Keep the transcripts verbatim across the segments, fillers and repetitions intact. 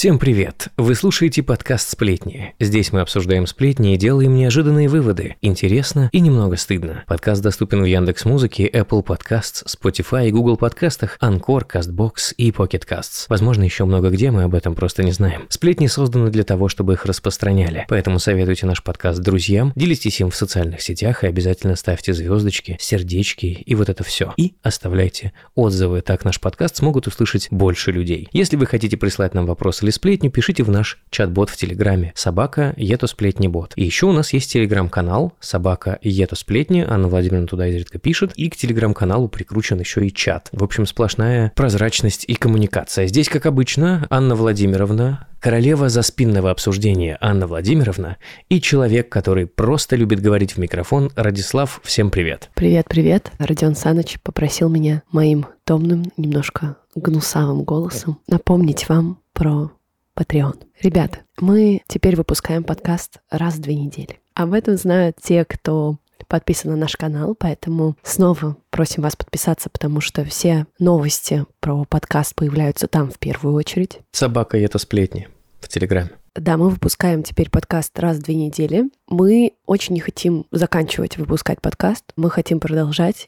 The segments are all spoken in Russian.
Всем привет! Вы слушаете подкаст «Сплетни». Здесь мы обсуждаем сплетни и делаем неожиданные выводы. Интересно и немного стыдно. Подкаст доступен в Яндекс.Музыке, Apple Podcasts, Spotify, Google подкастах, Anchor, CastBox и Pocket Casts. Возможно, еще много где, мы об этом просто не знаем. Сплетни созданы для того, чтобы их распространяли. Поэтому советуйте наш подкаст друзьям, делитесь им в социальных сетях и обязательно ставьте звездочки, сердечки и вот это все. И оставляйте отзывы. Так наш подкаст смогут услышать больше людей. Если вы хотите прислать нам вопрос или сплетню, пишите в наш чат-бот в Телеграме собака етосплетнибот. И еще у нас есть Телеграм-канал собака етосплетни. Анна Владимировна туда изредка пишет. И к Телеграм-каналу прикручен еще и чат. В общем, сплошная прозрачность и коммуникация. Здесь, как обычно, Анна Владимировна, королева заспинного обсуждения Анна Владимировна и человек, который просто любит говорить в микрофон, Радислав. Всем привет. Привет, привет. Родион Саныч попросил меня моим томным, немножко гнусавым голосом напомнить вам про Patreon. Ребята, мы теперь выпускаем подкаст раз в две недели. Об этом знают те, кто подписан на наш канал, поэтому снова просим вас подписаться, потому что все новости про подкаст появляются там в первую очередь. Собака етосплетни в Телеграме. Да, мы выпускаем теперь подкаст раз в две недели. Мы очень не хотим заканчивать выпускать подкаст, мы хотим продолжать,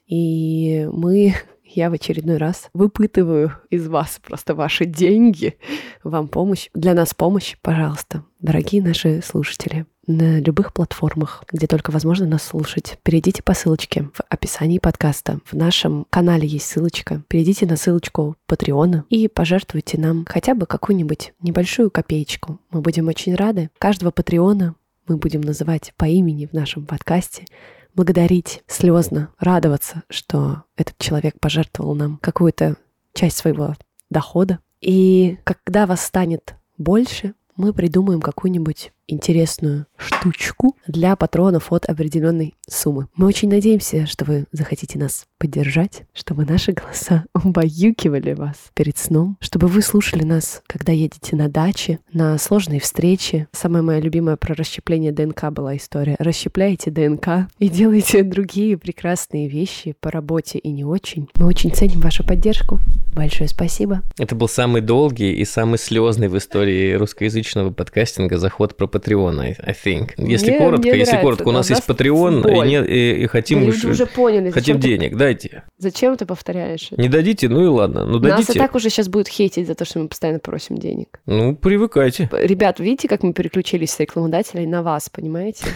и мы... Я в очередной раз выпытываю из вас просто ваши деньги, вам помощь, для нас помощь, пожалуйста, дорогие наши слушатели. На любых платформах, где только возможно нас слушать, перейдите по ссылочке в описании подкаста. В нашем канале есть ссылочка. Перейдите на ссылочку Патреона и пожертвуйте нам хотя бы какую-нибудь небольшую копеечку. Мы будем очень рады. Каждого Патреона мы будем называть по имени в нашем подкасте, благодарить слезно, радоваться, что этот человек пожертвовал нам какую-то часть своего дохода. И когда вас станет больше, мы придумаем какую-нибудь интересную штучку для патронов от определенной суммы. Мы очень надеемся, что вы захотите нас поддержать, чтобы наши голоса убаюкивали вас перед сном, чтобы вы слушали нас, когда едете на даче, на сложные встречи. Самая моя любимая про расщепление ДНК была история. Расщепляете ДНК и делаете другие прекрасные вещи по работе и не очень. Мы очень ценим вашу поддержку. Большое спасибо. Это был самый долгий и самый слезный в истории русскоязычного подкастинга заход про Patreon, I, I think. Если мне, коротко, мне если нравится, коротко, у нас есть Patreon, и, не, и, и хотим, уж, уже поняли, хотим денег, ты... дайте. Зачем ты повторяешь? Не дадите, ну и ладно, ну дадите. Нас и так уже сейчас будут хейтить за то, что мы постоянно просим денег. Ну, привыкайте. Ребят, видите, как мы переключились с рекламодателей на вас, понимаете?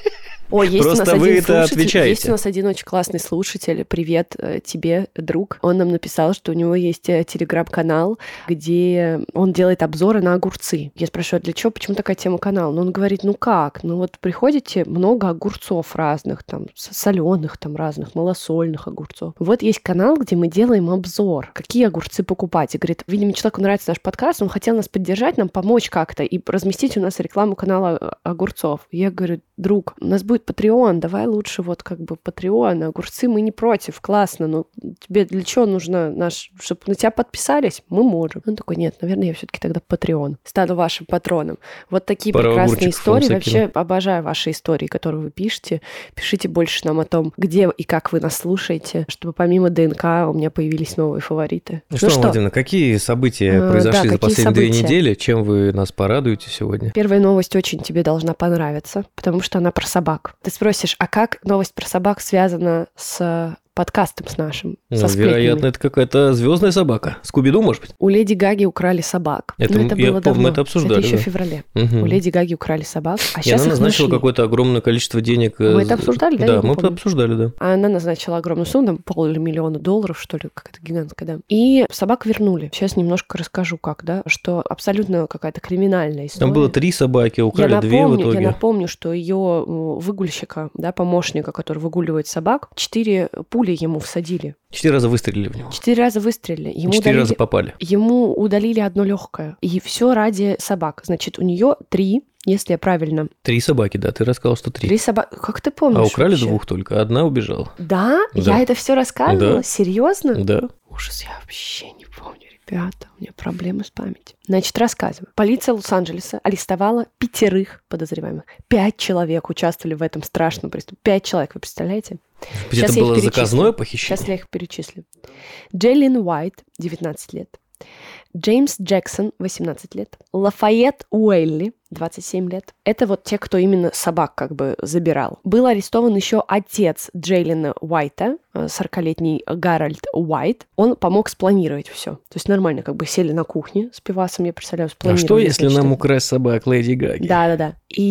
О, есть Просто у нас вы один это слушатель, отвечаете. Есть у нас один очень классный слушатель. Привет э, тебе, друг. Он нам написал, что у него есть телеграм-канал, где он делает обзоры на огурцы. Я спрашиваю, а для чего, почему такая тема канала? Ну, он говорит, ну как? Ну вот приходите, много огурцов разных, там, соленых, там, разных, малосольных огурцов. Вот есть канал, где мы делаем обзор, какие огурцы покупать. И говорит, видимо, человеку нравится наш подкаст, он хотел нас поддержать, нам помочь как-то и разместить у нас рекламу канала огурцов. Я говорю, друг, у нас будет Patreon, давай лучше вот как бы Patreon, огурцы мы не против, классно, но тебе для чего нужно наш, чтобы на тебя подписались? Мы можем. Он такой, нет, наверное, я все-таки тогда Patreon стану вашим патроном. Вот такие Пара прекрасные истории. Вообще закину. Обожаю ваши истории, которые вы пишете. Пишите больше нам о том, где и как вы нас слушаете, чтобы помимо ДНК у меня появились новые фавориты. Ну, ну что, Владимир, какие события произошли да, за последние события? две недели? Чем вы нас порадуете сегодня? Первая новость очень тебе должна понравиться, потому что она про собак. Ты спросишь, а как новость про собак связана с подкастом с нашим? Ну, со вероятно, это какая-то звездная собака. Скуби-Ду, может быть? У Леди Гаги украли собак. Это, Но это я было помню, давно. это обсуждали. Это еще да. в феврале. Угу. У Леди Гаги украли собак, а И сейчас она их назначила нашли. какое-то огромное количество денег. Мы это обсуждали, да? Да, мы это обсуждали, да. А она назначила огромную сумму, там полмиллиона долларов, что ли, какая-то гигантская, да. И собак вернули. Сейчас немножко расскажу, как, да, что абсолютно какая-то криминальная история. Там было три собаки, украли я две напомню, в итоге. Я напомню, что ее выгульщика, да, помощника, который выгуливает собак, четыре пули ему всадили. Четыре раза выстрелили в него. Четыре раза выстрелили. Ему Четыре удалили, раза попали. Ему удалили одно легкое. И все ради собак. Значит, у нее три, если я правильно. Три собаки, да, ты рассказал, что три. Три собаки. Как ты помнишь? А украли вообще? двух только, одна убежала. Да? Да. Я это все рассказывала? Да. Серьезно? Да. Ужас, я вообще не помню. Ребята, у меня проблемы с памятью. Значит, рассказываю. Полиция Лос-Анджелеса арестовала пятерых подозреваемых. Пять человек участвовали в этом страшном преступлении. Пять человек, вы представляете? Это было заказное похищение? Сейчас я их перечислю. Джейлин Уайт, девятнадцать лет. Джеймс Джексон, восемнадцать лет. Лафайет Уэлли, двадцать семь лет. Это вот те, кто именно собак как бы забирал. Был арестован еще отец Джейлена Уайта, сорокалетний Гарольд Уайт. Он помог спланировать все. То есть нормально как бы сели на кухне с пивасом, я представляю, спланировали. А что, если значит, нам украсть собак Леди Гаги? Да-да-да. И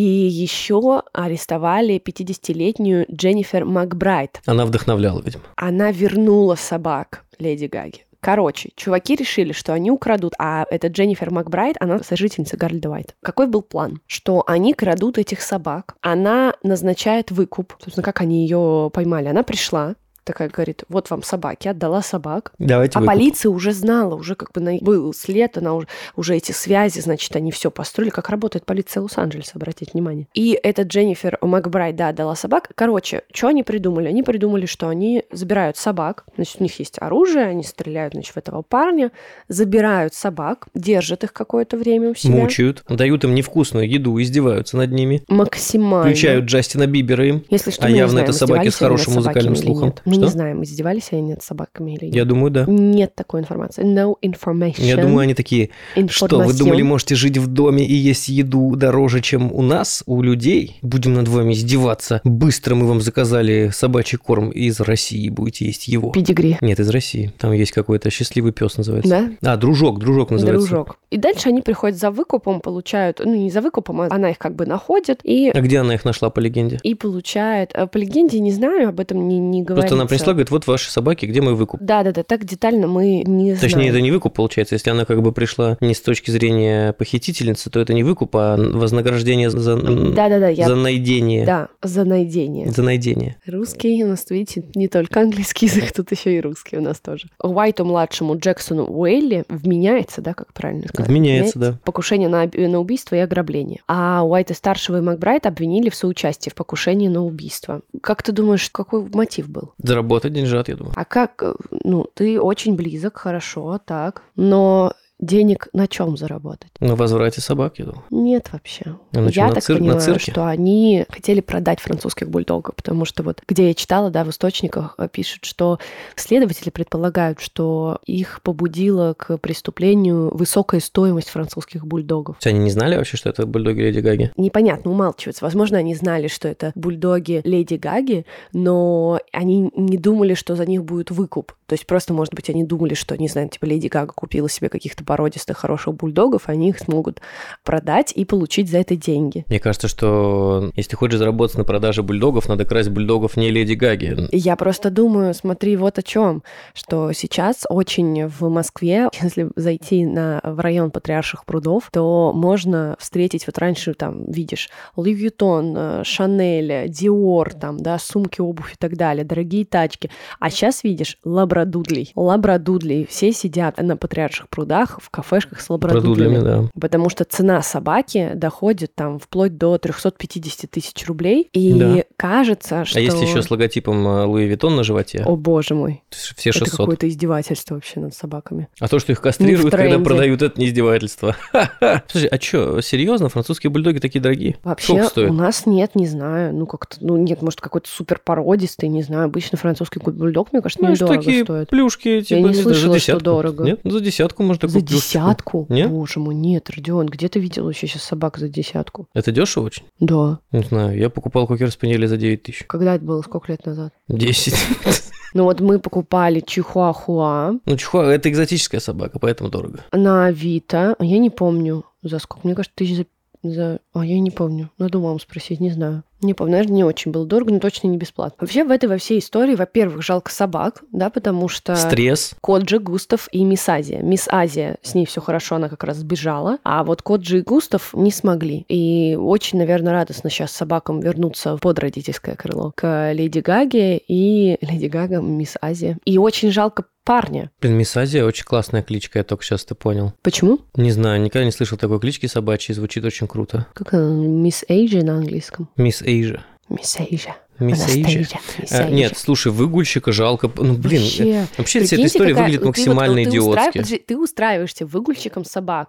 еще арестовали пятидесятилетнюю Дженнифер Макбрайт. Она вдохновляла, видимо. Она вернула собак Леди Гаги. Короче, чуваки решили, что они украдут, а эта Дженнифер Макбрайт, она сожительница Гарольда Уайта. Какой был план? Что они крадут этих собак, она назначает выкуп. Собственно, как они ее поймали? Она пришла, такая говорит, вот вам собаки, отдала собак. Давайте а выкуп. Полиция уже знала, уже как бы на... был след, она уже, уже эти связи, значит, они все построили, как работает полиция Лос-Анджелеса, обратите внимание. И эта Дженнифер Макбрайт, да, отдала собак. Короче, что они придумали? Они придумали, что они забирают собак, значит, у них есть оружие, они стреляют, значит, в этого парня, забирают собак, держат их какое-то время у себя. Мучают, дают им невкусную еду, издеваются над ними. Максимально. Включают Джастина Бибера им. Если что, а мы явно не знаем, это собаки с хорошим музыкальным слухом. Нет. Мы Что? не знаем, издевались они над собаками или нет. Я думаю, да. Нет такой информации. No information. Я думаю, они такие, что вы думали, можете жить в доме и есть еду дороже, чем у нас, у людей? Будем над вами издеваться. Быстро мы вам заказали собачий корм из России, будете есть его. Педигри. Нет, из России. Там есть какой-то счастливый пес называется. Да? А, дружок, дружок называется. Дружок. И дальше они приходят за выкупом, получают, ну не за выкупом, а она их как бы находит и... А где она их нашла по легенде? И получает... По легенде не знаю, об этом не, не говорится. Просто она принесла, говорит, вот ваши собаки, где мой выкуп? Да-да-да, так детально мы не знаем. Точнее, это не выкуп, получается. Если она как бы пришла не с точки зрения похитительницы, то это не выкуп, а вознаграждение за, Да-да-да, я... за найдение. Да, за найдение. За найдение. Русский у нас, видите, не только английский язык, тут еще и русский у нас тоже. Уайту-младшему Джексону Уэлли вменяется, да, как правильно сказать? Вменяется, да. Покушение на, на убийство и ограбление. А Уайта-старшего и Макбрайт обвинили в соучастии в покушении на убийство. Как ты думаешь, какой мотив был? Заработать деньжат, я думаю. А как, ну, ты очень близок, хорошо, так, но денег на чем заработать? На возврате собак, я думаю. Нет вообще. А я на так цир... понимаю, на цирке? что они хотели продать французских бульдогов, потому что вот где я читала, да, в источниках пишут, что следователи предполагают, что их побудила к преступлению высокая стоимость французских бульдогов. То есть они не знали вообще, что это бульдоги Леди Гаги? Непонятно, умалчивается. Возможно, они знали, что это бульдоги Леди Гаги, но они не думали, что за них будет выкуп. То есть просто, может быть, они думали, что, не знаю, типа Леди Гага купила себе каких-то породистых, хороших бульдогов, они их смогут продать и получить за это деньги. Мне кажется, что если ты хочешь заработать на продаже бульдогов, надо красть бульдогов не Леди Гаги. Я просто думаю, смотри, вот о чем, что сейчас очень в Москве, если зайти на, в район Патриарших прудов, то можно встретить, вот раньше там видишь Луи Вьютон, Шанель, Диор, там, да, сумки, обувь и так далее, дорогие тачки. А сейчас видишь лабрадудлей. Лабрадудлей. Все сидят на Патриарших прудах в кафешках с лабрадудлями. Да. Потому что цена собаки доходит там вплоть до триста пятьдесят тысяч рублей. И да. кажется, что... А если еще с логотипом Луи Виттон на животе? О, боже мой. Все шестьсот. Это какое-то издевательство вообще над собаками. А то, что их кастрируют, когда продают, это не издевательство. Слушай, а что, серьезно? Французские бульдоги такие дорогие? Вообще у нас нет, не знаю. Ну, как-то, ну, нет, может, какой-то суперпородистый, не знаю. Обычно французский бульдог, мне кажется, ну, недорого такие стоит. Плюшки, типа, я не не слышала, за десятку. Что дорого. Нет, за десятку можно такую За десятку? Нет? Боже мой, нет, Родион, где ты видел вообще сейчас собак за десятку? Это дешево очень? Да. Не знаю, я покупал кокер-спаниеля за девять тысяч. Когда это было? Сколько лет назад? десять. Ну вот мы покупали чихуахуа. Ну, чихуахуа – это экзотическая собака, поэтому дорого. На Авито, я не помню за сколько, мне кажется, тысяч за... за... А, я не помню, надо у мамы спросить, не знаю. Не помню, наверное, не очень было дорого, но точно не бесплатно. Вообще в этой во всей истории, во-первых, жалко собак, да, потому что... Стресс. Коджи, Густав и Мисс Азия. Мисс Азия, с ней все хорошо, она как раз сбежала, а вот Коджи и Густав не смогли. И очень, наверное, радостно сейчас собакам вернуться под родительское крыло к Леди Гаге и Леди Гага, Мисс Азия. И очень жалко парня. Блин, Мисс Азия очень классная кличка, я только сейчас ты понял. Почему? Не знаю, никогда не слышал такой клички собачьей, звучит очень круто. Как она? Мисс Эйджи на английском? Мисс Эйджа. Мисс Эйджа. Мисс Эйджа. А, нет, слушай, выгульщика жалко. Ну, блин, вообще, вообще вся эта история какая... выглядит максимально вот, идиотски. Устраив... Подожди, ты устраиваешься выгульщиком собак.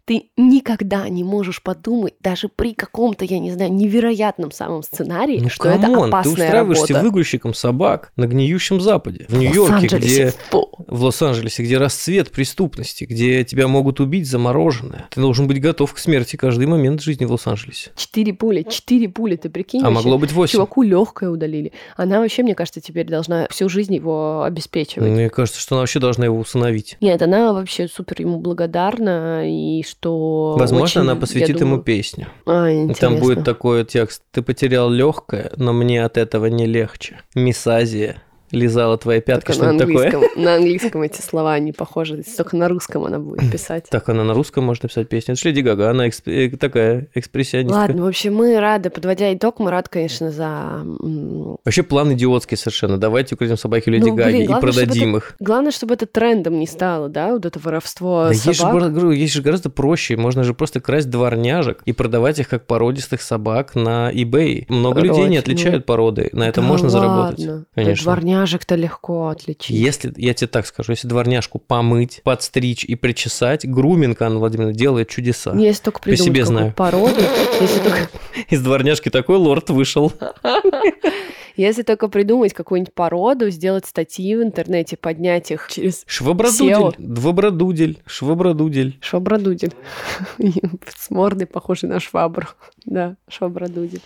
ты никогда не можешь подумать, даже при каком-то, я не знаю, невероятном самом сценарии, ну, что камон, это опасная ты устраиваешься работа. выгульщиком собак на гниющем Западе, в Нью-Йорке, где... В Лос-Анджелесе, где расцвет преступности, где тебя могут убить за мороженое. Ты должен быть готов к смерти каждый момент жизни в Лос-Анджелесе. Четыре пули, четыре пули, ты прикинь? А могло быть восемь. Чуваку легкое удалили. Она вообще, мне кажется, теперь должна всю жизнь его обеспечивать. Мне кажется, что она вообще должна его усыновить. Нет, она вообще супер ему благодарна, и что... Возможно, очень, она посвятит думаю... ему песню. А, интересно. Там будет такой текст: «Ты потерял легкое, но мне от этого не легче. Мисс Азия лизала твои пятки», что-нибудь такое. На английском эти слова не похожи, только на русском она будет писать. Так, она на русском может написать песню. Это же Леди Гага, она эксп... такая экспрессионистка. Ладно, в общем, мы рады, подводя итог, мы рады, конечно, за... Вообще план идиотский совершенно. Давайте украдем собаки Леди ну, Гаги блин, главное, и продадим их. Это... Главное, чтобы это трендом не стало, да, вот это воровство да собак. Есть же, есть же гораздо проще. Можно же просто красть дворняжек и продавать их как породистых собак на eBay. Много Короче, людей не отличают ну... породы. На этом да можно ладно. заработать. Конечно. Да дворняжек-то легко отличить. Если, я тебе так скажу, если дворняжку помыть, подстричь и причесать, груминг, Анна Владимировна, делает чудеса. Если только придумать по себе знаю. Породу. Если только... Из дворняжки такой лорд вышел. Если только придумать какую-нибудь породу, сделать статьи в интернете, поднять их через Швабродудель, двобродудель, швабродудель. Швабродудель. С мордой похожей на швабру. Да, швабродудель.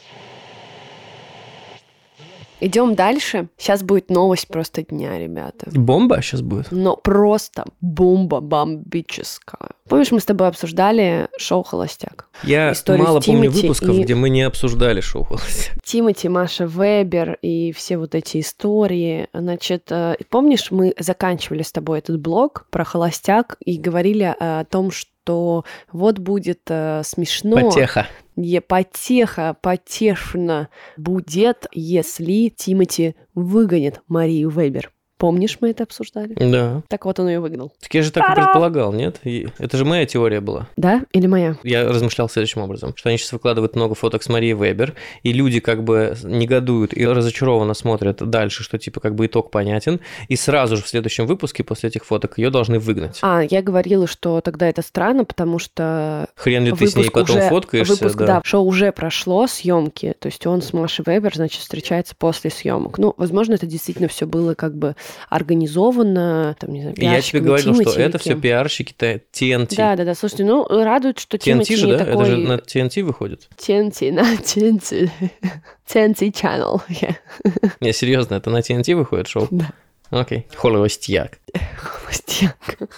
Идем дальше. Сейчас будет новость просто дня, ребята. Бомба сейчас будет? Но просто бомба бомбическая. Помнишь, мы с тобой обсуждали шоу «Холостяк»? Я Историю мало помню Тимати выпусков, и... где мы не обсуждали шоу «Холостяк». Тимати, Маша Вебер и все вот эти истории. Значит, помнишь, мы заканчивали с тобой этот блог про «Холостяк» и говорили о том, что вот будет смешно... Потеха. Потеха, потешно будет, если Тимати выгонит Марию Вебер. Помнишь, мы это обсуждали? Да. Так вот он ее выгнал. Так я же так и предполагал, нет? И это же моя теория была. Да? Или моя? Я размышлял следующим образом, что они сейчас выкладывают много фоток с Марией Вебер, и люди как бы негодуют и разочарованно смотрят дальше, что типа как бы итог понятен, и сразу же в следующем выпуске после этих фоток ее должны выгнать. А, я говорила, что тогда это странно, потому что... Хрен ли ты с ней потом уже, фоткаешься, выпуск, да. да. Шоу уже прошло съемки, то есть он с Машей Вебер, значит, встречается после съемок. Ну, возможно, это действительно все было как бы организовано, там, не знаю, я тебе говорил, Тимати, что это все пиарщики ти эн ти. Да, да, да. Слушайте, ну радует, что ти эн ти Тимати же, не да? такой... Это же на ти эн ти выходит. ти эн ти, на ти эн ти. ти эн ти Channel. Yeah. Не, серьезно, это на ти эн ти выходит шоу? Да. Окей. Холостяк. Холостяк.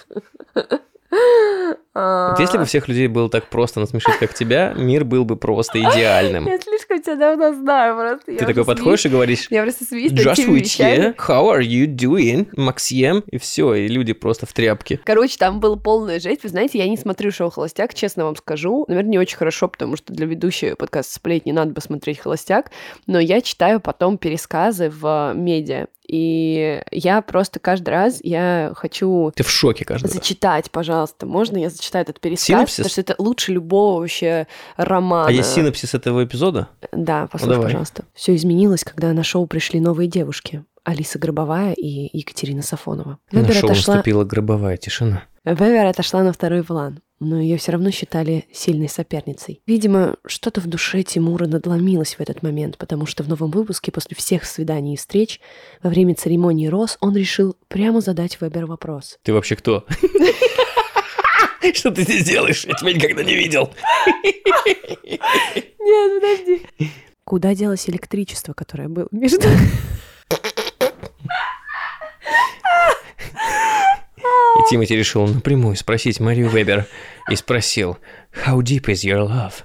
Вот если бы всех людей было так просто насмешить, как тебя, мир был бы просто идеальным. Я слишком тебя давно знаю просто. Ты такой подходишь и говоришь: я просто смеюсь. Здравствуйте, how are you doing, Максим? И все, и люди просто в тряпке. Короче, там была полная жесть. Вы знаете, я не смотрю шоу «Холостяк», честно вам скажу. Наверное, не очень хорошо, потому что для ведущей подкаста «Сплетни» надо бы смотреть «Холостяк». Но я читаю потом пересказы в медиа. И я просто каждый раз, я хочу... Ты в шоке каждый раз. Зачитать, пожалуйста. Можно я зачитаю этот пересказ? Синопсис? Потому что это лучше любого вообще романа. А есть синопсис этого эпизода? Да, послушай, ну, пожалуйста. Все изменилось, когда на шоу пришли новые девушки. Алиса Гробовая и Екатерина Сафонова. На Вебер шоу отошла... наступила гробовая тишина. Вебер отошла на второй план, но ее все равно считали сильной соперницей. Видимо, что-то в душе Тимура надломилось в этот момент, потому что в новом выпуске после всех свиданий и встреч во время церемонии роз он решил прямо задать Вебер вопрос. Ты вообще кто? Что ты здесь делаешь? Я тебя никогда не видел. Нет, подожди. Куда делось электричество, которое было между... И Тимати решил напрямую спросить Марию Вебер и спросил: How deep is your love?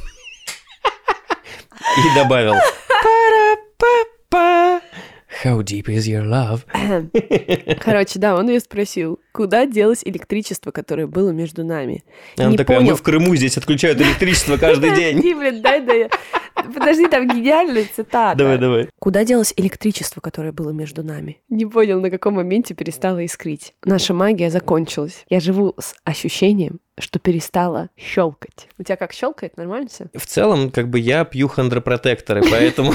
И добавил: Па-ра-па-па. How deep is your love? Короче, да, он ее спросил, куда делось электричество, которое было между нами. Она не такая: понял. мы в Крыму, здесь отключают электричество каждый день. Подожди, блин, дай, дай. Подожди, там гениальная цитата. Давай, давай. Куда делось электричество, которое было между нами? Не понял, на каком моменте перестало искрить. Наша магия закончилась. Я живу с ощущением, что перестала щелкать. У тебя как щелкает? Нормально все? В целом, как бы я пью хондропротекторы, поэтому...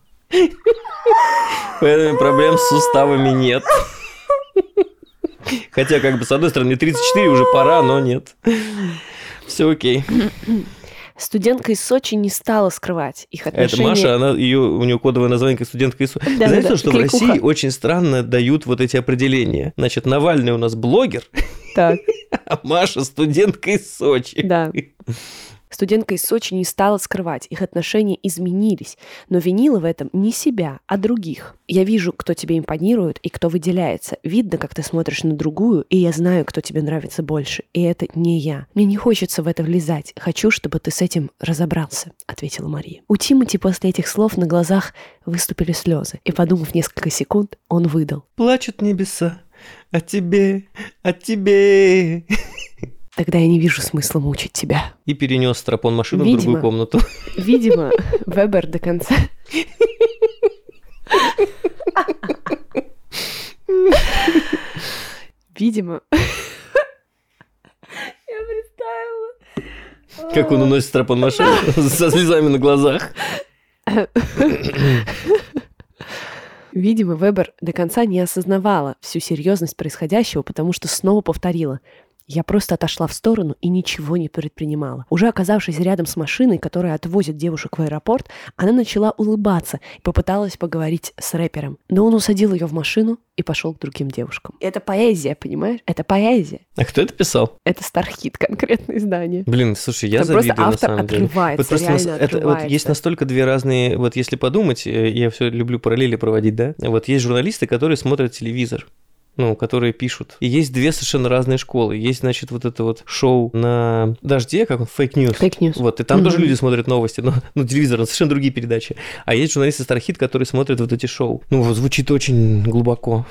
Поэтому проблем с суставами нет. Хотя, как бы, с одной стороны, мне тридцать четыре, уже пора, но нет. Все окей. Студентка из Сочи не стала скрывать их отношения. Это Маша, она, ее, у нее кодовое название как студентка из Сочи. Да, Знаете, да, что кликуха. в России очень странно дают вот эти определения? Значит, Навальный у нас блогер, Так. а Маша студентка из Сочи. Да. Студентка из Сочи не стала скрывать, их отношения изменились, но винила в этом не себя, а других. Я вижу, кто тебе импонирует и кто выделяется. Видно, как ты смотришь на другую, и я знаю, кто тебе нравится больше. И это не я. Мне не хочется в это влезать. Хочу, чтобы ты с этим разобрался, ответила Мария. У Тимати после этих слов на глазах выступили слезы, и, подумав несколько секунд, он выдал: Плачут небеса о тебе, о тебе. Тогда я не вижу смысла мучить тебя. И перенес стропон машину Видимо, в другую комнату. Видимо, Вебер до конца... Видимо... Я представила... Как он уносит стропон машины со слезами на глазах. Видимо, Вебер до конца не осознавала всю серьезность происходящего, потому что снова повторила: я просто отошла в сторону и ничего не предпринимала. Уже оказавшись рядом с машиной, которая отвозит девушек в аэропорт, она начала улыбаться и попыталась поговорить с рэпером. Но он усадил ее в машину и пошел к другим девушкам. Это поэзия, понимаешь? Это поэзия. А кто это писал? Это Стархит, конкретное издание. Блин, слушай, я Там завидую просто на автор самом деле. отрывается, Вот просто реально нас- это, отрывается. вот есть настолько две разные... Вот если подумать, э, я все люблю параллели проводить, да? Вот есть журналисты, которые смотрят телевизор. Ну, которые пишут. И есть две совершенно разные школы. Есть, значит, вот это вот шоу на Дожде, как он, фейк-ньюс. Фейк-ньюс. Вот, и там Мгм. тоже люди смотрят новости, но ну, телевизор, но совершенно другие передачи. А есть журналисты Стархит, которые смотрят вот эти шоу. Ну, вот звучит очень глубоко.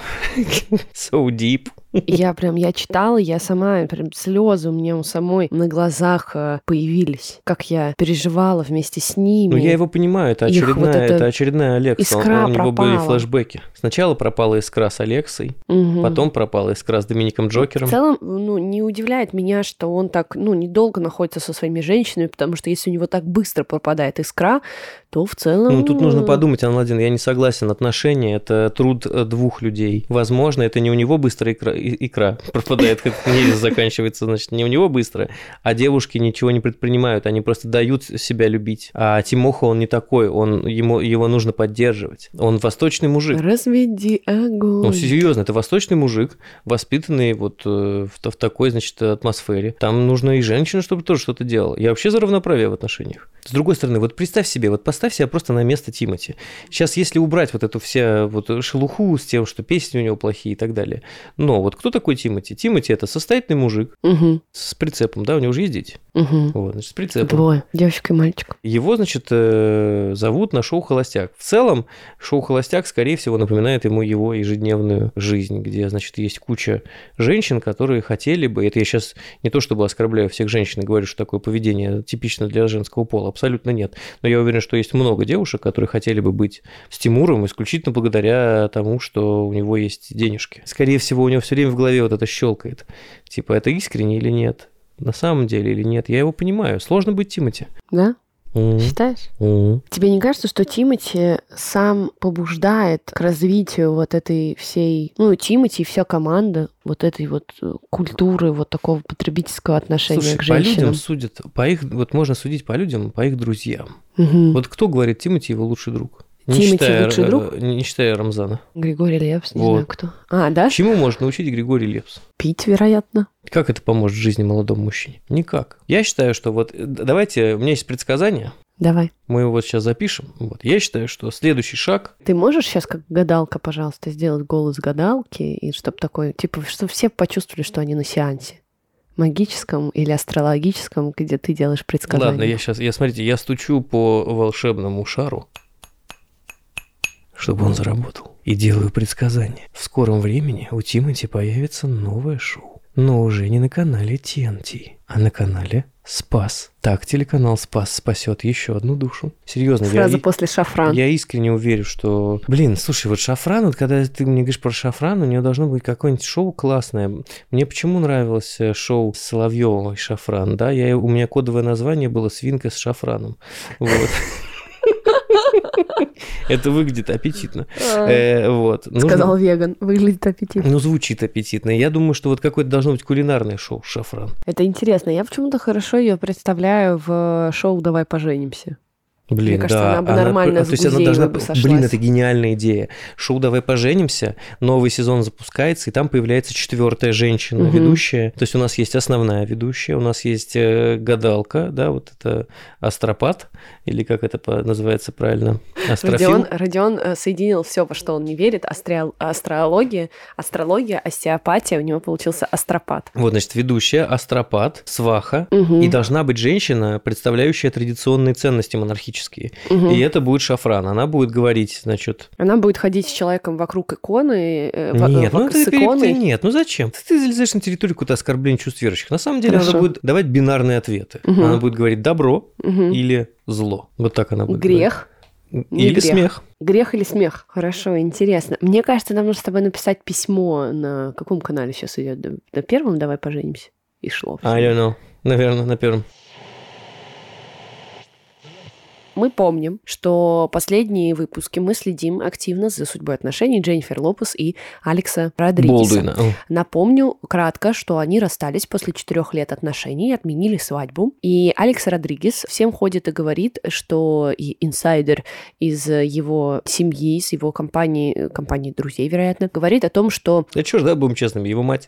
So deep. Я прям, я читала, я сама, прям слезы у меня у самой на глазах э, появились. Как я переживала вместе с ними. Ну, я его понимаю, это Их очередная, вот эта это очередная Алекса. искра У него были пропала. флешбеки. Сначала пропала искра с Алексой, Мгм. потом пропала искра с Домиником Джокером. В целом, ну, не удивляет меня, что он так, ну, недолго находится со своими женщинами, потому что если у него так быстро пропадает искра, то в целом... Ну, тут нужно подумать, Анладин, я не согласен. Отношения – это труд э, двух людей. Возможно, это не у него быстро икра, и- икра пропадает, как нерез заканчивается, значит, не у него быстро, а девушки ничего не предпринимают, они просто дают себя любить. А Тимоха, он не такой, он, ему, его нужно поддерживать. Он восточный мужик. Разведи огонь. Ну, серьезно, это восточный мужик, воспитанный вот э, в, в такой, значит, атмосфере. Там нужно и женщина, чтобы тоже что-то делала. Я вообще за равноправие в отношениях. С другой стороны, вот представь себе, вот поставь себя просто на место Тимати. Сейчас, если убрать вот эту вся вот шелуху с тем, что песни у него плохие и так далее. Но вот кто такой Тимати? Тимати – это состоятельный мужик Угу, с прицепом, да, у него уже есть дети. угу. Вот, значит, с прицепом. Двое, девочка и мальчик. Его, значит, э, зовут на шоу «Холостяк». В целом, шоу «Холостяк», скорее всего, напоминает ему его ежедневную жизнь, где, значит, есть куча женщин, которые хотели бы, это я сейчас не то чтобы оскорбляю всех женщин и говорю, что такое поведение типично для женского пола, абсолютно нет. Но я уверен, что есть много девушек, которые хотели бы быть с Тимуром исключительно благодаря тому, что у него есть денежки. Скорее всего, у него все время в голове вот это щелкает. Типа, это искренне или нет? На самом деле или нет? Я его понимаю. Сложно быть Тимати. Да? Мгм. Считаешь? Мгм. Тебе не кажется, что Тимати сам побуждает к развитию вот этой всей, ну, Тимати и вся команда вот этой вот э, культуры, вот такого потребительского отношения Слушай, к по женщинам? людям судят, по их, вот можно судить по людям, по их друзьям. Мгм. Вот кто говорит Тимати его лучший друг? Не Тимати считая, лучший э, друг? Не считая Рамзана. Григорий Лепс, не Вот. знаю кто. А, да? Чему может научить Григорий Лепс? Пить, вероятно. Как это поможет жизни молодому мужчине? Никак. Я считаю, что вот э, давайте, у меня есть предсказание, Давай. мы его вот сейчас запишем. Вот. Я считаю, что следующий шаг, Ты можешь сейчас как гадалка, пожалуйста, сделать голос гадалки, и чтобы такой, типа, чтобы все почувствовали, что они на сеансе? Магическом или астрологическом, где ты делаешь предсказания. ладно, я сейчас, я смотрите, я стучу по волшебному шару, чтобы он заработал, и делаю предсказание. В скором времени у Тимати появится новое шоу, но уже не на канале ти эн ти, а на канале Спас. Так телеканал Спас спасет еще одну душу. Серьезно, Сразу я, после шафран. я искренне уверен, что... Блин, слушай, вот Шафран, вот когда ты мне говоришь про Шафран, у нее должно быть какое-нибудь шоу классное. Мне почему нравилось э, шоу с Соловьевой Шафран, да? Я, у меня кодовое название было «Свинка с шафраном». Вот. Это выглядит аппетитно. Э, вот. Сказал веган, выглядит аппетитно. Ну, звучит аппетитно. Я думаю, что вот какое-то должно быть кулинарное шоу «Шафран». Это интересно. Я почему-то хорошо ее представляю в шоу «Давай поженимся». Блин, Мне кажется, да. она бы нормально она, с то есть она Гузеевой должна, бы сошлась. Блин, это гениальная идея. Шоу «Давай поженимся», новый сезон запускается, и там появляется четвертая женщина, угу. ведущая. То есть у нас есть основная ведущая, у нас есть э, гадалка, да, вот это астропат, или как это по- называется правильно? Астрофил. Родион, Родион соединил все, во что он не верит. Астро... Астрология, астрология, остеопатия, у него получился астропат. Вот, значит, ведущая, астропат, сваха, угу. и должна быть женщина, представляющая традиционные ценности монархические. Угу. И это будет Шафран. Она будет говорить, значит... Она будет ходить с человеком вокруг иконы. Э, нет, в, ну с это иконой. Нет, ну зачем? Ты залезаешь на территорию какого-то оскорбления чувств верующих. На самом деле Хорошо. Она будет давать бинарные ответы. Угу. Она будет говорить добро угу. или зло. Вот так она будет Грех. говорить. Или грех. смех. Грех или смех? Хорошо, интересно. Мне кажется, нам нужно с тобой написать письмо на каком канале сейчас идет? На первом «Давай поженимся» и шло. I don't know. Наверное, на первом. Мы помним, что последние выпуски мы следим активно за судьбой отношений Дженнифер Лопес и Алекса Родригеса. Болдуина. Напомню кратко, что они расстались после четырех лет отношений, отменили свадьбу. И Алекс Родригес всем ходит и говорит, что и инсайдер из его семьи, из его компании, компании друзей, вероятно, говорит о том, что... Да чё ж, да, будем честными, его мать.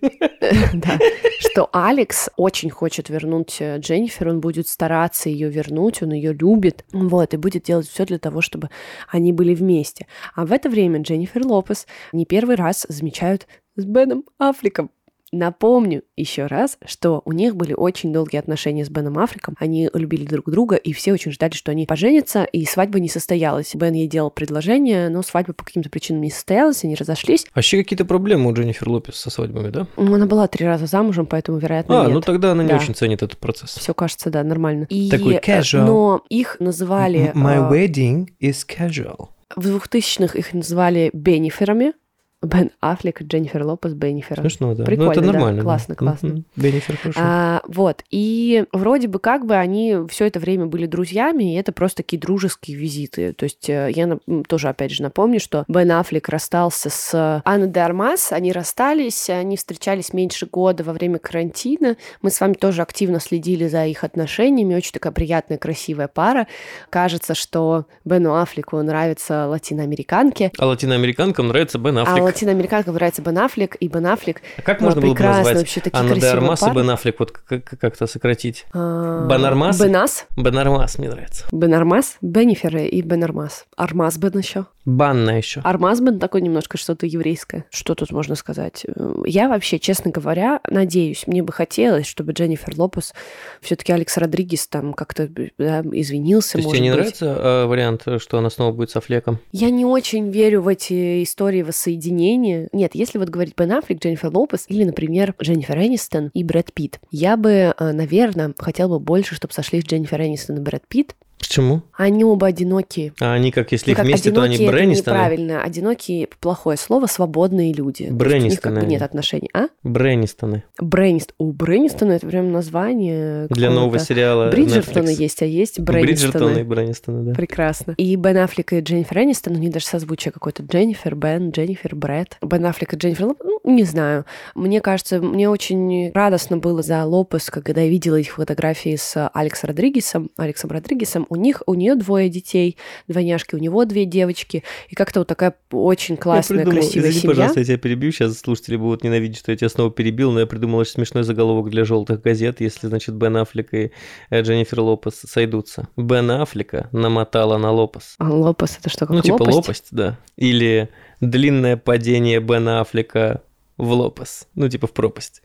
Да, что Алекс очень хочет вернуть Дженнифер, он будет стараться ее вернуть, он ее любит. Вот, и будет делать все для того, чтобы они были вместе. А в это время Дженнифер Лопес не первый раз замечают с Беном Аффлеком. Напомню еще раз, что у них были очень долгие отношения с Беном Аффлеком. Они любили друг друга, и все очень ждали, что они поженятся, и свадьба не состоялась. Бен ей делал предложение, но свадьба по каким-то причинам не состоялась, они разошлись. Вообще какие-то проблемы у Дженнифер Лопес со свадьбами, да? Она была три раза замужем, поэтому, вероятно, А, нет. ну тогда она не да. очень ценит этот процесс. Все кажется, да, нормально. И, Такой casual. Но их называли... My wedding is casual. В двухтысячных их называли Бенниферами. Бен Аффлек, Дженнифер Лопес, Беннифер. Смешно, да. Прикольно, ну, это да? нормально. Классно, да. классно. Mm-hmm. Беннифер, хорошо. А, вот. И вроде бы как бы они все это время были друзьями, и это просто такие дружеские визиты. То есть я тоже, опять же, напомню, что Бен Аффлек расстался с Анной де Армас, они расстались, они встречались меньше года во время карантина. Мы с вами тоже активно следили за их отношениями. Очень такая приятная, красивая пара. Кажется, что Бену Аффлеку нравится латиноамериканки. А латиноамериканкам нравится Бен Аффлек. А латиноамериканкам нравится Бен Аффлек, и Бен Аффлек а как можно было бы назвать вообще, Анна де Армас и Бен Аффлек? Вот как-то сократить. А... Бен Армас? Бенас? Бен Армас мне нравится. Бен Армас? Беннифер и Бен Армас. Армас Бен еще. Банна еще. Армас Бен такой немножко что-то еврейское. Что тут можно сказать? Я вообще, честно говоря, надеюсь, мне бы хотелось, чтобы Дженнифер Лопес, все-таки Алекс Родригес там как-то да, извинился. То есть тебе не быть. нравится э, вариант, что она снова будет с Аффлеком? Я не очень верю в эти истории воссоединения. Нет, если вот говорить Бен Аффлек, Дженнифер Лопес или, например, Дженнифер Энистон и Брэд Питт, я бы, наверное, хотела бы больше, чтобы сошлись Дженнифер Энистон и Брэд Питт. Почему? Они оба одинокие. А они как, если ну, как вместе, то они Брэннистоны? Брэннистоны? Неправильно. Одинокие – плохое слово, свободные люди. Брэннистоны. У них как бы нет отношений. А? Брэннистоны. Брэннист. У Брэннистона это прям название для нового сериала Бриджертона есть, а есть Брэннистоны. Бриджертоны и Брэннистоны, да. Прекрасно. И Бен Аффлек и Дженнифер Энистон, у них даже созвучие какое-то. Дженнифер, Бен, Дженнифер, Брэд. Бен Аффлек и Дженнифер Лопес, ну, не знаю. Мне кажется, мне очень радостно было за Лопес, когда я видела их фотографии с Алексом Родригесом. Алексом Родригесом. У них, у нее двое детей, двойняшки, у него две девочки. И как-то вот такая очень классная, придумал, красивая извини, семья. пожалуйста, я тебя перебью. Сейчас слушатели будут ненавидеть, что я тебя снова перебил, но я придумал очень смешной заголовок для желтых газет, если, значит, Бен Аффлек и Дженнифер Лопес сойдутся. Бен Аффлека намотала на Лопес. А Лопес это что, как Ну, типа лопасть? лопасть, да. Или длинное падение Бена Аффлека в Лопес. Ну, типа в пропасть.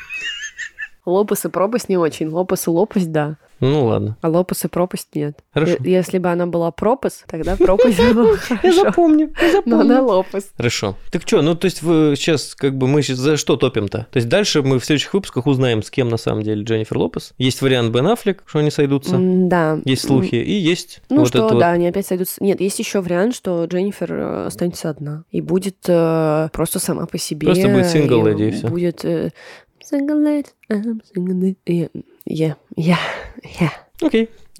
Лопес и пропасть не очень. Лопес и лопасть, да. Ну, ладно. А Лопес и пропасть нет. Хорошо. Если бы она была пропас, тогда пропасть была хорошо. Я запомню, я запомню. Но она Лопес. Хорошо. Так что, ну, то есть вы сейчас, как бы, мы сейчас за что топим-то? То есть дальше мы в следующих выпусках узнаем, с кем на самом деле Дженнифер Лопес. Есть вариант Бен Аффлек, что они сойдутся. Да. Есть слухи. И есть Ну, вот что, это да, вот... они опять сойдутся. Нет, есть еще вариант, что Дженнифер останется одна. И будет э, просто сама по себе. Просто будет сингл-леди, и все. Будет... Э, Single lady, I'm single lady. Yeah, yeah, yeah. Окей.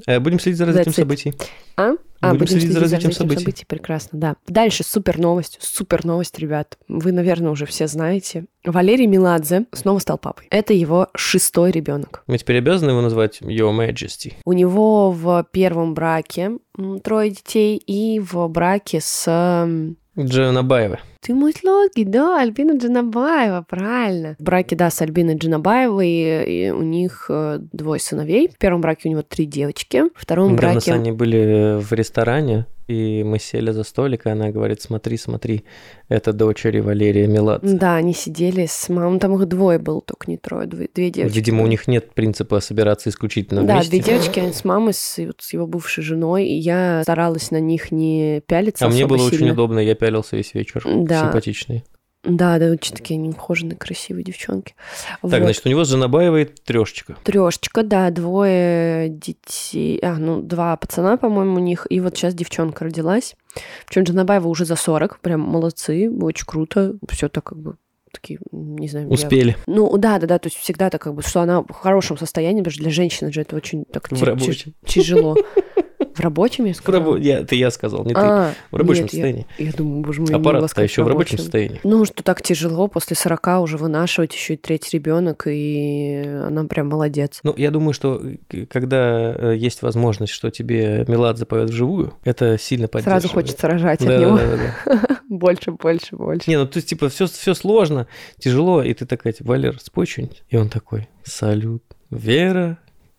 Э, будем следить за развитием That's it. событий. А? А, Будем следить за развитием событий. событий. Прекрасно, да. Дальше супер новость, супер новость, ребят. Вы, наверное, уже все знаете. Валерий Меладзе снова стал папой. Это его шестой ребенок. Мы теперь обязаны его назвать Your Majesty. У него в первом браке м, трое детей и в браке с... м, Джанабаева. Ты мой сладкий, да, Альбина Джанабаева, правильно. В браке, да, с Альбиной Джанабаевой, и у них э, двое сыновей. В первом браке у него три девочки, в втором Недавно браке... с Аней были в ресторане, и мы сели за столик, и она говорит, смотри, смотри, это дочери Валерия Меладзе. Да, они сидели с мамой, там их двое было, только не трое, две, две девочки. Видимо, у них нет принципа собираться исключительно Да, вместе. две девочки они с мамой, с, вот с его бывшей женой, и я старалась на них не пялиться А мне особо было сильно. очень удобно, я пялился весь вечер. Да. Симпатичные. Да, да, очень такие они ухоженные, красивые девчонки. Так, Вот. значит, у него с Джанабаевой трешечка. Трешечка, да, двое детей, а, ну, два пацана, по-моему, у них, и вот сейчас девчонка родилась. Причем Джанабаева уже за сорок, прям молодцы, очень круто, все так как бы такие, не знаю... я- Успели. Ну, да, да, да, то есть всегда так как бы, что она в хорошем состоянии, потому что для женщины же это очень так В ти- рабочем. ти- тяжело. В рабочем, я В сказала? рабо- я, это я сказал, не ты. А, В рабочем нет, я- состоянии. Я, думаю, боже мой, я не Аппарат-то могла сказать еще в рабочем рабочем. состоянии. Ну, что так тяжело после сорока уже вынашивать, еще и третий ребенок, и она прям молодец. Ну, я думаю, что э, когда э, есть возможность, что тебе Меладзе поет вживую, это сильно поддерживает. Сразу хочется рожать Да, от него. да, да, да. Больше, больше, больше. Не, ну то есть, типа, все, все сложно, тяжело, и ты такая, типа, Валер, спой что-нибудь. И он такой, салют, Вера,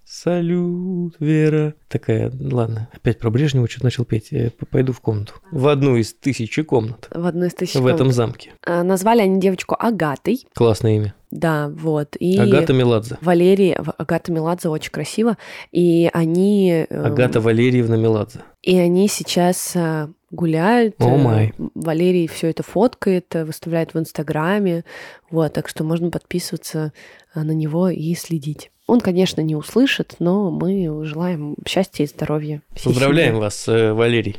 салют, Вера. Такая, ладно, опять про Брежнева что-то начал петь, я п- пойду в комнату. В одну из тысячи комнат В одной из тысяч в этом комнат. замке. А, Назвали они девочку Агатой. Классное имя. Да, вот. И Агата Меладзе. Валерий, В- Агата Меладзе очень красиво. И они... эм, Агата Валерьевна Меладзе. И они сейчас а, гуляют. О э, май. Валерий все это фоткает, э, выставляет в Инстаграме. Вот, так что можно подписываться а, на него и следить. Он, конечно, не услышит, но мы желаем счастья и здоровья. всей Поздравляем семье. вас, э, Валерий.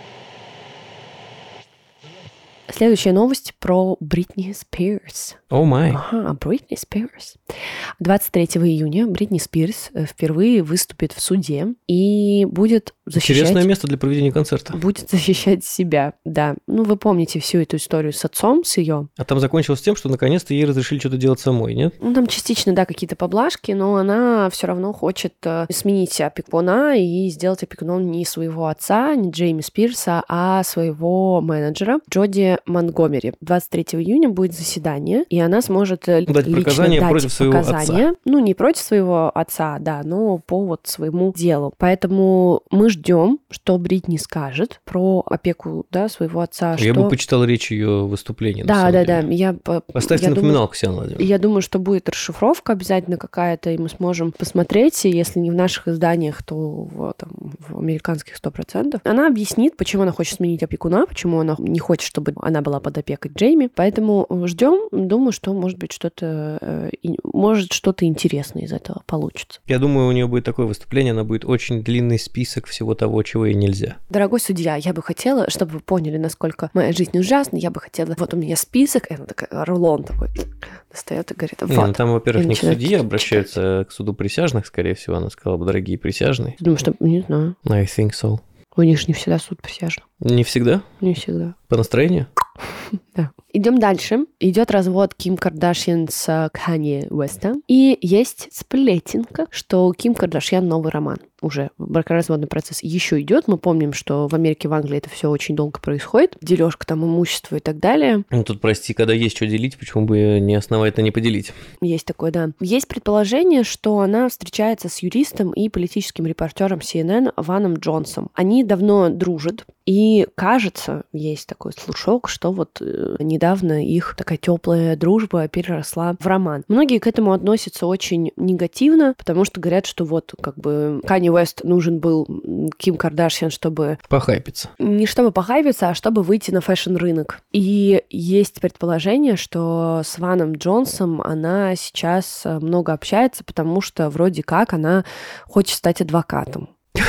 Следующая новость про Бритни Спирс. О май. Ага, Бритни Спирс. двадцать третьего июня Бритни Спирс э, впервые выступит в суде и будет защищать... Интересное место для проведения концерта. Будет защищать себя, да. Ну, вы помните всю эту историю с отцом, с ее. А там закончилось тем, что наконец-то ей разрешили что-то делать самой, нет? Ну, там частично, да, какие-то поблажки, но она все равно хочет э, сменить опекуна и сделать опекуном не своего отца, не Джейми Спирса, а своего менеджера Джоди Монтгомери. двадцать третьего июня будет заседание, и она сможет э, Дать лично показания дать против своего показания. Ну, не против своего отца, да, но по вот своему делу. Поэтому мы ждем, что Бритни скажет про опеку, да, своего отца. Я что... бы почитал речь ее выступления. на Да, самом да, деле. да. Я, по- Поставьте я думаю, напоминалку, Ксения Владимировна. я думаю, что будет расшифровка обязательно какая-то, и мы сможем посмотреть, и если не в наших изданиях, то в, там, в американских сто процентов. Она объяснит, почему она хочет сменить опекуна, почему она не хочет, чтобы она была под опекой Джейми. Поэтому ждем. Думаю, что может быть что-то, э, и- может что-то интересное из этого получится. Я думаю, у нее будет такое выступление, она будет очень длинный список всего того, чего ей нельзя. Дорогой судья, я бы хотела, чтобы вы поняли, насколько моя жизнь ужасна, я бы хотела... Вот у меня список, и она такая, рулон такой, достает и говорит, вот. Не, ну там, во-первых, И не к начинает судье обращаются, к суду присяжных, скорее всего. Она сказала бы, дорогие присяжные. Думаю, что... Не знаю. I think so. У них же не всегда суд присяжных. Не всегда? Не всегда. По настроению? Да. Идем дальше. Идет развод Ким Кардашьян с Канье Уэста. И есть сплетенка, что у Ким Кардашьян новый роман. Уже бракоразводный процесс еще идет. Мы помним, что в Америке, в Англии это все очень долго происходит. Дележка там имущества и так далее. Ну, тут, прости, когда есть что делить, почему бы не основательно не поделить? Есть такое, да. Есть предположение, что она встречается с юристом и политическим репортером си эн эн Ваном Джонсом. Они давно дружат. И кажется, есть такой слушок, что вот э, недавно их такая теплая дружба переросла в роман. Многие к этому относятся очень негативно, потому что говорят, что вот как бы Канье Уэст нужен был Ким Кардашьян, чтобы... Похайпиться. Не чтобы похайпиться, а чтобы выйти на фэшн-рынок. И есть предположение, что с Ваном Джонсом она сейчас много общается, потому что вроде как она хочет стать адвокатом.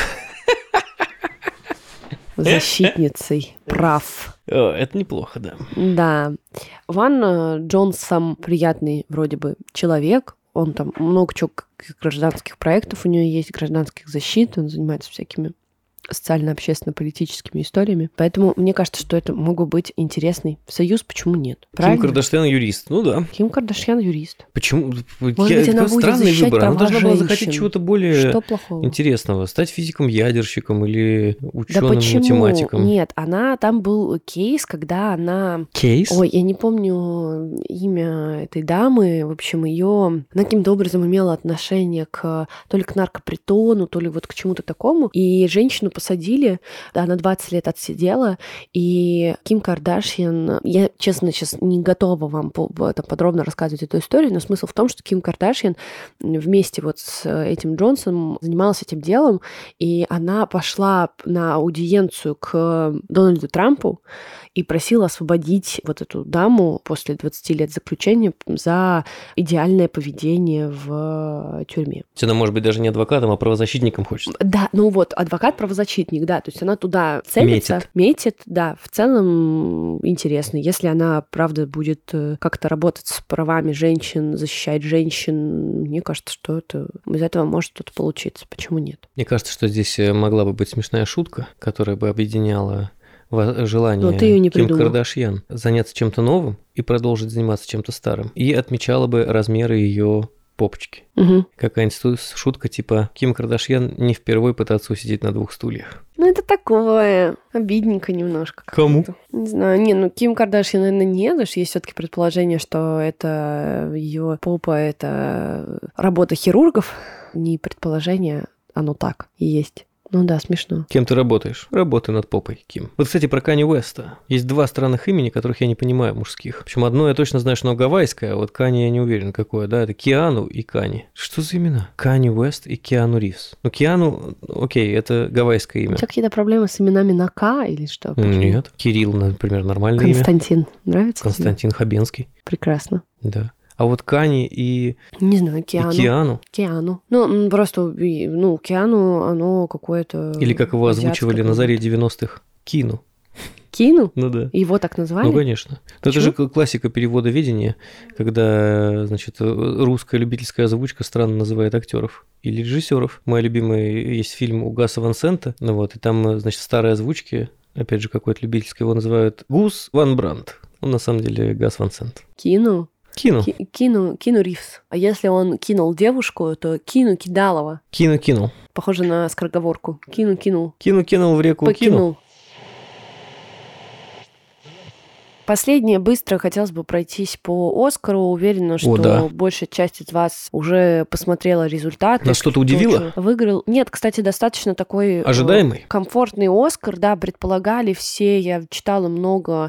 Защитницей прав. О, это неплохо, да. Да. Ван э, Джонс сам приятный вроде бы человек. Он там много чего несколько гражданских проектов у нее есть, гражданских защит, он занимается всякими социально-общественно-политическими историями. Поэтому мне кажется, что это мог бы быть интересный союз. Почему нет? Правильно? Ким Кардашьян юрист. Ну да. Ким Кардашьян юрист. Почему? Может Я, быть, она будет странный защищать выбор. Она права должна была женщин. захотеть чего-то более Что плохого? интересного. Стать физиком-ядерщиком или Да ученым почему? математиком. Нет, она там был кейс, когда она... Кейс? Ой, я не помню имя этой дамы. В общем, ее она каким-то образом имела отношение к то ли к наркопритону, то ли вот к чему-то такому. И женщину посадили. Она двадцать лет отсидела, и Ким Кардашьян... Я, честно, сейчас не готова вам подробно рассказывать эту историю, но смысл в том, что Ким Кардашьян вместе вот с этим Джонсоном занималась этим делом, и она пошла на аудиенцию к Дональду Трампу и просила освободить вот эту даму после двадцати лет заключения за идеальное поведение в тюрьме. Она может быть даже не адвокатом, а правозащитником хочет. Да, ну вот, адвокат-правозащитник, да, то есть она туда целится, метит. метит, да, в целом интересно. Если она, правда, будет как-то работать с правами женщин, защищать женщин, мне кажется, что это из этого может что-то получиться. Почему нет? Мне кажется, что здесь могла бы быть смешная шутка, которая бы объединяла желание Но ты её не Ким придумал. Кардашьян заняться чем-то новым и продолжить заниматься чем-то старым. И отмечала бы размеры ее попочки. Угу. Какая-нибудь шутка типа «Ким Кардашьян не впервые пытаться усидеть на двух стульях». Ну, это такое, обидненько немножко. Кому? Как-то. Не знаю, не, ну, Ким Кардашьян, наверное, нет, потому что есть все таки предположение, что это ее попа, это работа хирургов. Не предположение, оно так и есть. Ну да, смешно. Кем ты работаешь? Работаю над попой, Ким. Вот, кстати, про Канье Уэста. Есть два странных имени, которых я не понимаю, мужских. Причем одно я точно знаю, что оно гавайское, а вот Канье я не уверен, какое, да? Это Киану и Канье. Что за имена? Канье Уэст и Киану Ривз. Ну, Киану, окей, это гавайское имя. У тебя какие-то проблемы с именами на К или что? Почему? Нет. Кирилл, например, нормальное Константин. имя. Нравится Константин тебе? Хабенский. Прекрасно. Да. А вот Кани и... Не знаю, Киану. И Киану. Киану. Ну, просто, ну, Киану, оно какое-то... Или как его озвучивали на заре девяностых, Кину. Кину? Ну да. Его так назвали? Ну, конечно. Но это же классика перевода видения, когда, значит, русская любительская озвучка странно называет актеров или режиссеров. Мой любимый есть фильм у Гаса Ван Сента, ну вот, и там, значит, старые озвучки, опять же, какой-то любительский, его называют Гус Ван Брандт. Он на самом деле Гас Ван Сент. Кину? Кину. Ки- кину, Кину Ривз. А если он кинул девушку, то Кину Кидалова. Кину кинул. Похоже на скороговорку. Кину кинул. Кину кинул в реку. Покинул. Кинул. Последнее быстро хотелось бы пройтись по Оскару. Уверена, что О, да. большая часть из вас уже посмотрела результаты. Нас что-то удивило? Выиграл. Нет, кстати, достаточно такой... Ожидаемый? Э, комфортный Оскар, да, предполагали все. Я читала много,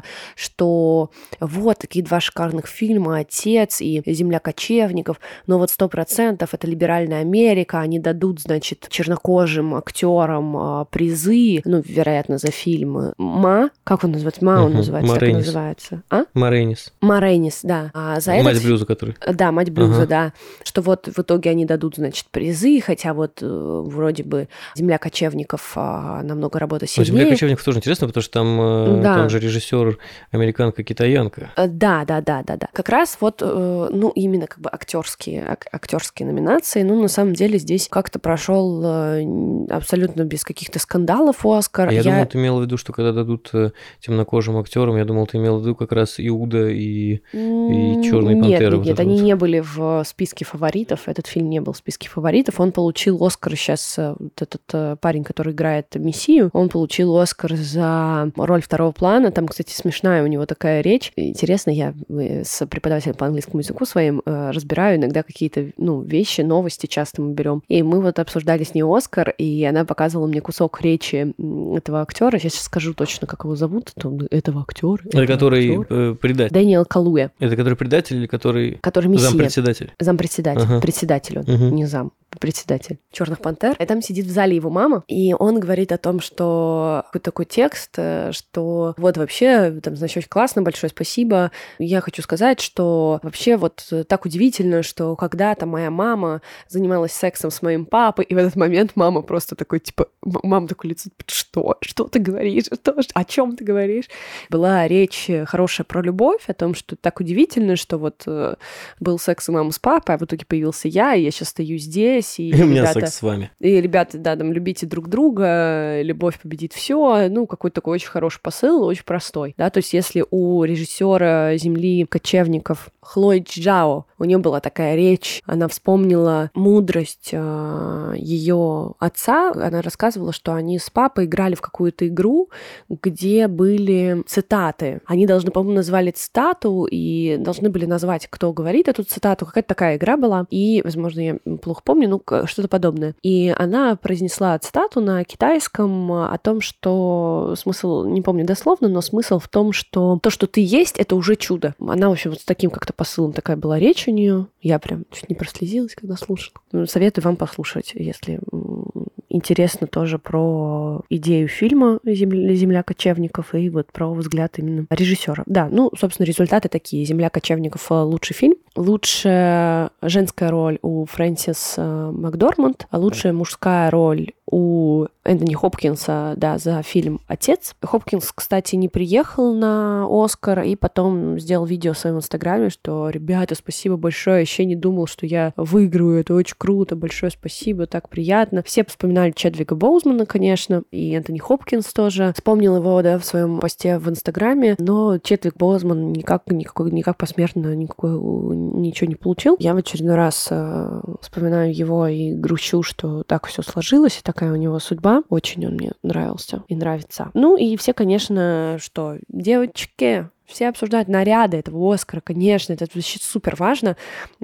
что вот такие два шикарных фильма «Отец» и «Земля кочевников». Но вот сто процентов это либеральная Америка. Они дадут, значит, чернокожим актерам э, призы, ну, вероятно, за фильмы. Ма? Как он называется? Ма он Угу. называется, так и Маренис. называется. А? Маренис. Маренис, да. А за Мать этот... блюза, который. Да, мать блюза, Ага. да. Что вот в итоге они дадут, значит, призы, хотя вот э, вроде бы «Земля кочевников» а, намного работа Но сильнее. «Земля кочевников» тоже интересно, потому что там, э, Да. там же режиссер американка-китаянка. Э, Да, да, да, да, да. Как раз вот, э, ну, именно как бы актерские, ак- актерские номинации. Ну, на самом деле здесь как-то прошел э, абсолютно без каких-то скандалов Оскар. А я, думал, ты имела в виду, что когда дадут э, темнокожим актерам, я думал, ты имела в виду как раз Иуда и, и Черная Нет, пантера. нет, вот нет, это они вот. не были в списке фаворитов. Этот фильм не был в списке фаворитов. Он получил Оскар сейчас, э, вот этот э, парень, который играет Мессию, он получил Оскар за роль второго плана. Там, кстати, смешная у него такая речь. Интересно, я э, с преподавателем по английскому языку своим э, разбираю иногда какие-то, ну, вещи, новости часто мы берем. И мы вот обсуждали с ней Оскар, и она показывала мне кусок речи м, этого актера. Я сейчас скажу точно, как его зовут. Это- Этого актера. Это который э, предатель. Дэниел Калуя, Это который предатель или который который Мессия. зампредседатель? Зампредседатель. Ага. Председатель он, Мгм. не зам. Председатель «Черных пантер». И там сидит в зале его мама, и он говорит о том, что какой-то такой текст, э, что вот вообще, там, значит, очень классно, большое спасибо. Я хочу сказать, что вообще вот э, так удивительно, что когда-то моя мама занималась сексом с моим папой, и в этот момент мама просто такой, типа, м- мама такое лицо, что? Что ты говоришь? Что? О чем ты говоришь? Была речь история хорошая про любовь, о том, что так удивительно, что вот э, был секс у мамы с папой, а в итоге появился я, и я сейчас стою здесь. И, и у меня ребята, секс с вами. И ребята, да, там, любите друг друга, любовь победит все. Ну, какой-то такой очень хороший посыл, очень простой. Да, то есть если у режиссера «Земли кочевников» Хлои Чжао, у нее была такая речь, она вспомнила мудрость э, ее отца, она рассказывала, что они с папой играли в какую-то игру, где были цитаты. Они должны, по-моему, назвали цитату и должны были назвать, кто говорит эту цитату. Какая-то такая игра была. И, возможно, я плохо помню, ну, что-то подобное. И она произнесла цитату на китайском о том, что смысл, не помню дословно, но смысл в том, что то, что ты есть, это уже чудо. Она, в общем, вот с таким как-то посылом такая была речь у нее. Я прям чуть не прослезилась, когда слушала. Советую вам послушать, если интересно тоже про идею фильма «Земля, земля кочевников» и вот про взгляд именно режиссера. Да, ну, собственно, результаты такие. «Земля кочевников» — лучший фильм. Лучшая женская роль у Фрэнсис Макдорманд, а лучшая мужская роль у Энтони Хопкинса, да, за фильм «Отец». Хопкинс, кстати, не приехал на «Оскар» и потом сделал видео в своем инстаграме, что «Ребята, спасибо большое, еще не думал, что я выиграю, это очень круто, большое спасибо, так приятно». Все вспоминали Чедвика Боузмана, конечно, и Энтони Хопкинс тоже. Вспомнил его, да, в своем посте в инстаграме, но Чедвик Боузман никак, никакой, никак посмертно никакой, ничего не получил. Я в очередной раз э, вспоминаю его и грущу, что так все сложилось, и такая у него судьба. Очень он мне нравился и нравится. Ну и все, конечно, что, девочки... Все обсуждают наряды этого Оскара, конечно, это вообще супер важно.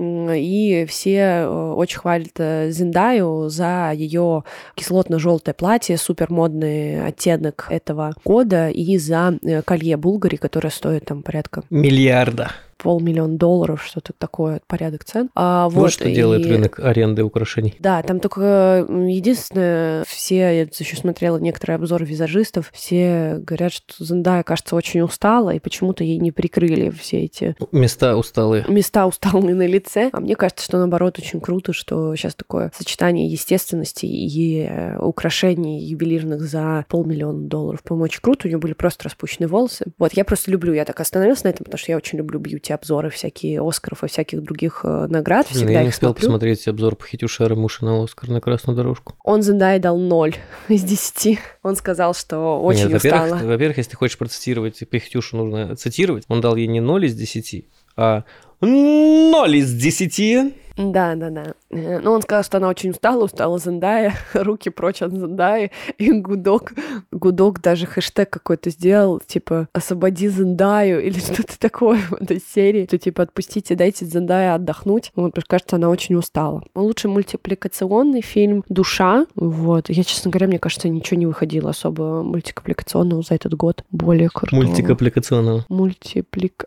И все очень хвалят Зендаю за ее кислотно-желтое платье, супер модный оттенок этого года, и за колье Булгари, которое стоит там порядка... Миллиарда. полмиллиона долларов, что-то такое, порядок цен. А, вот, вот что и... делает рынок аренды украшений. Да, там только единственное, все, я еще смотрела некоторые обзоры визажистов, все говорят, что Зендая, кажется, очень устала, и почему-то ей не прикрыли все эти... Места усталые. Места усталые на лице. А мне кажется, что, наоборот, очень круто, что сейчас такое сочетание естественности и украшений ювелирных за полмиллиона долларов. По-моему, очень круто. У нее были просто распущенные волосы. Вот, я просто люблю, я так остановилась на этом, потому что я очень люблю бьюти-обзоры всякие Оскаров и всяких других э, наград. Всегда я не их успел смотрю. посмотреть обзор Похитюшера Муши на Оскар на красную дорожку. Он Зендае дал ноль из десяти. Он сказал, что очень Нет, устала. Во-первых, во-первых, если ты хочешь процитировать Похитюшу, нужно цитировать. Он дал ей не ноль из десяти, а ноль из десяти. Да, да, да. Но он сказал, что она очень устала, устала Зендая, руки прочь от Зендаи, и гудок, гудок даже хэштег какой-то сделал, типа «освободи Зендаю» или что-то такое в этой серии, то типа «отпустите, дайте Зендае отдохнуть». Вот, потому что, кажется, она очень устала. Лучший мультипликационный фильм «Душа». Вот. Я, честно говоря, мне кажется, ничего не выходило особо мультипликационного за этот год. Более крутого. Мультипликационного. Мультиплика...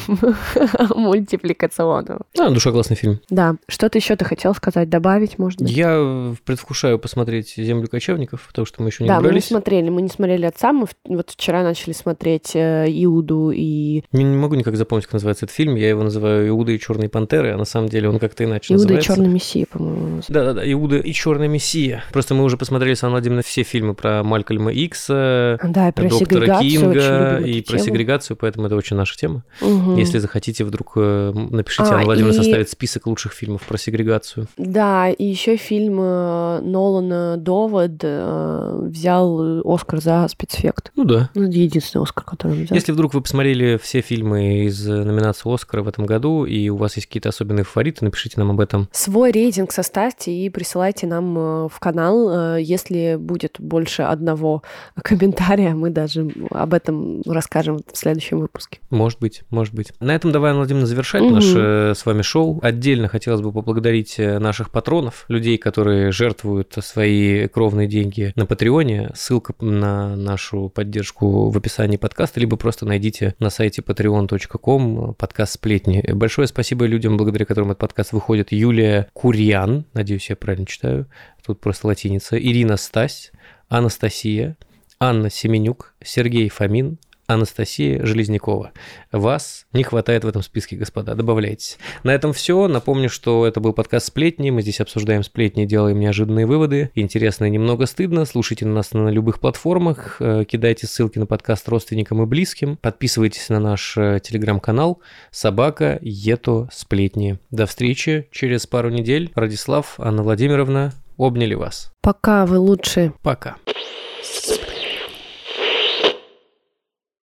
Мультипликационного. А, «Душа» классный фильм. Да. Что-то еще ты хотел сказать, добавить, может быть? Я предвкушаю посмотреть «Землю кочевников», потому что мы еще не да, добрались. Да, мы не смотрели, мы не смотрели «Отца», мы вот вчера начали смотреть «Иуду» и... Не, не могу никак запомнить, как называется этот фильм, я его называю «Иуда и черные пантеры», а на самом деле он как-то иначе «Иуда называется. и черный мессия», по-моему. Да-да-да, «Иуда и черный мессия». Просто мы уже посмотрели с Анной Владимировной все фильмы про Малькольма Икса, да, и про доктора Кинга и про тему. сегрегацию, поэтому это очень наша тема. Угу. Если захотите, вдруг напишите, а, Анна Владимировна и... составит список лучших фильмов про сегрегацию. Да, и еще фильм Нолана «Довод» взял Оскар за спецэффект. Ну да. Ну, это единственный Оскар, который он взял. Если вдруг вы посмотрели все фильмы из номинации Оскара в этом году, и у вас есть какие-то особенные фавориты, напишите нам об этом. Свой рейтинг составьте и присылайте нам в канал. Если будет больше одного комментария, мы даже об этом расскажем в следующем выпуске. Может быть, может быть. На этом давай, Анна Владимировна, завершать угу. наше с вами шоу. Отдельно хотелось бы поблагодарить наших патронов, людей, которые жертвуют свои кровные деньги на Патреоне. Ссылка на нашу поддержку в описании подкаста, либо просто найдите на сайте patreon точка com подкаст «Сплетни». Большое спасибо людям, благодаря которым этот подкаст выходит. Юлия Курьян, надеюсь, я правильно читаю, тут просто латиница, Ирина Стась, Анастасия, Анна Семенюк, Сергей Фомин, Анастасия Железнякова. Вас не хватает в этом списке, господа, добавляйтесь. На этом все. Напомню, что это был подкаст «Сплетни». Мы здесь обсуждаем сплетни, делаем неожиданные выводы. Интересно и немного стыдно. Слушайте нас на любых платформах. Кидайте ссылки на подкаст родственникам и близким. Подписывайтесь на наш телеграм-канал «Собака Ето Сплетни». До встречи через пару недель. Радислав, Анна Владимировна, обняли вас. Пока, вы лучшие. Пока.